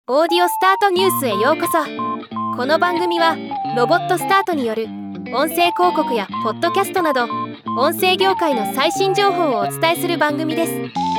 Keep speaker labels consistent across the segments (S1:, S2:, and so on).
S1: オーディオスタートニュースへようこそ。この番組はロボットスタートによる音声広告やポッドキャストなど音声業界の最新情報をお伝えする番組です。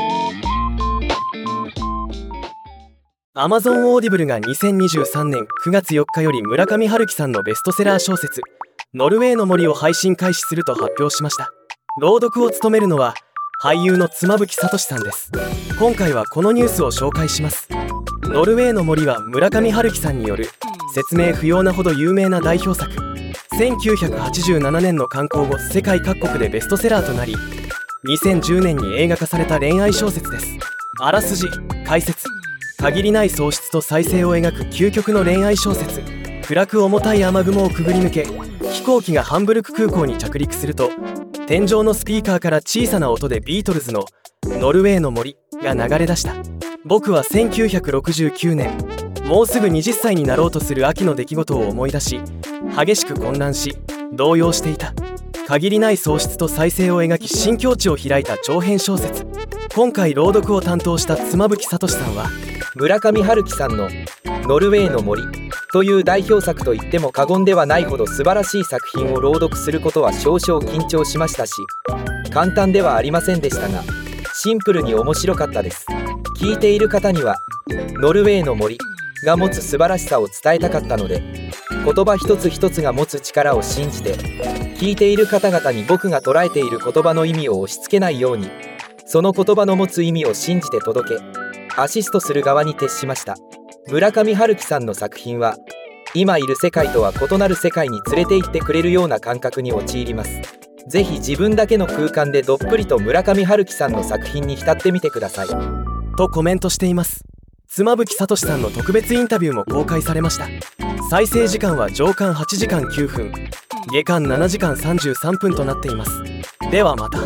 S2: Amazon Audible が2023年9月4日より村上春樹さんのベストセラー小説ノルウェーの森を配信開始すると発表しました。朗読を務めるのは俳優の妻夫木聡さんです。今回はこのニュースを紹介します。ノルウェーの森は村上春樹さんによる説明不要なほど有名な代表作。1987年の刊行後世界各国でベストセラーとなり、2010年に映画化された恋愛小説です。あらすじ、解説。限りない喪失と再生を描く究極の恋愛小説。暗く重たい雨雲をくぐり抜け、飛行機がハンブルク空港に着陸すると、天井のスピーカーから小さな音でビートルズのノルウェーの森が流れ出した。僕は1969年、もうすぐ20歳になろうとする秋の出来事を思い出し、激しく混乱し動揺していた。限りない喪失と再生を描き新境地を開いた長編小説。今回朗読を担当した妻夫木聡さんは、
S3: 村上春樹さんのノルウェーの森という代表作と言っても過言ではないほど素晴らしい作品を朗読することは少々緊張しましたし、簡単ではありませんでしたが、シンプルに面白かったです。聞いている方にはノルウェーの森が持つ素晴らしさを伝えたかったので、言葉一つ一つが持つ力を信じて、聞いている方々に僕が捉えている言葉の意味を押し付けないように、その言葉の持つ意味を信じて届け、アシストする側に徹しました。村上春樹さんの作品は今いる世界とは異なる世界に連れて行ってくれるような感覚に陥ります。ぜひ自分だけの空間でどっぷりと村上春樹さんの作品に浸ってみてください
S2: とコメントしています。妻夫木聡さんの特別インタビューも公開されました。再生時間は上巻8時間9分、下巻7時間33分となっています。ではまた。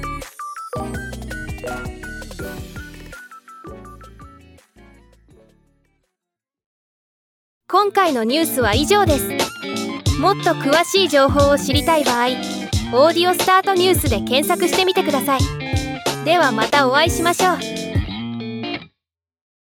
S1: 今回のニュースは以上です。もっと詳しい情報を知りたい場合、オーディオスタートニュースで検索してみてください。ではまたお会いしましょう。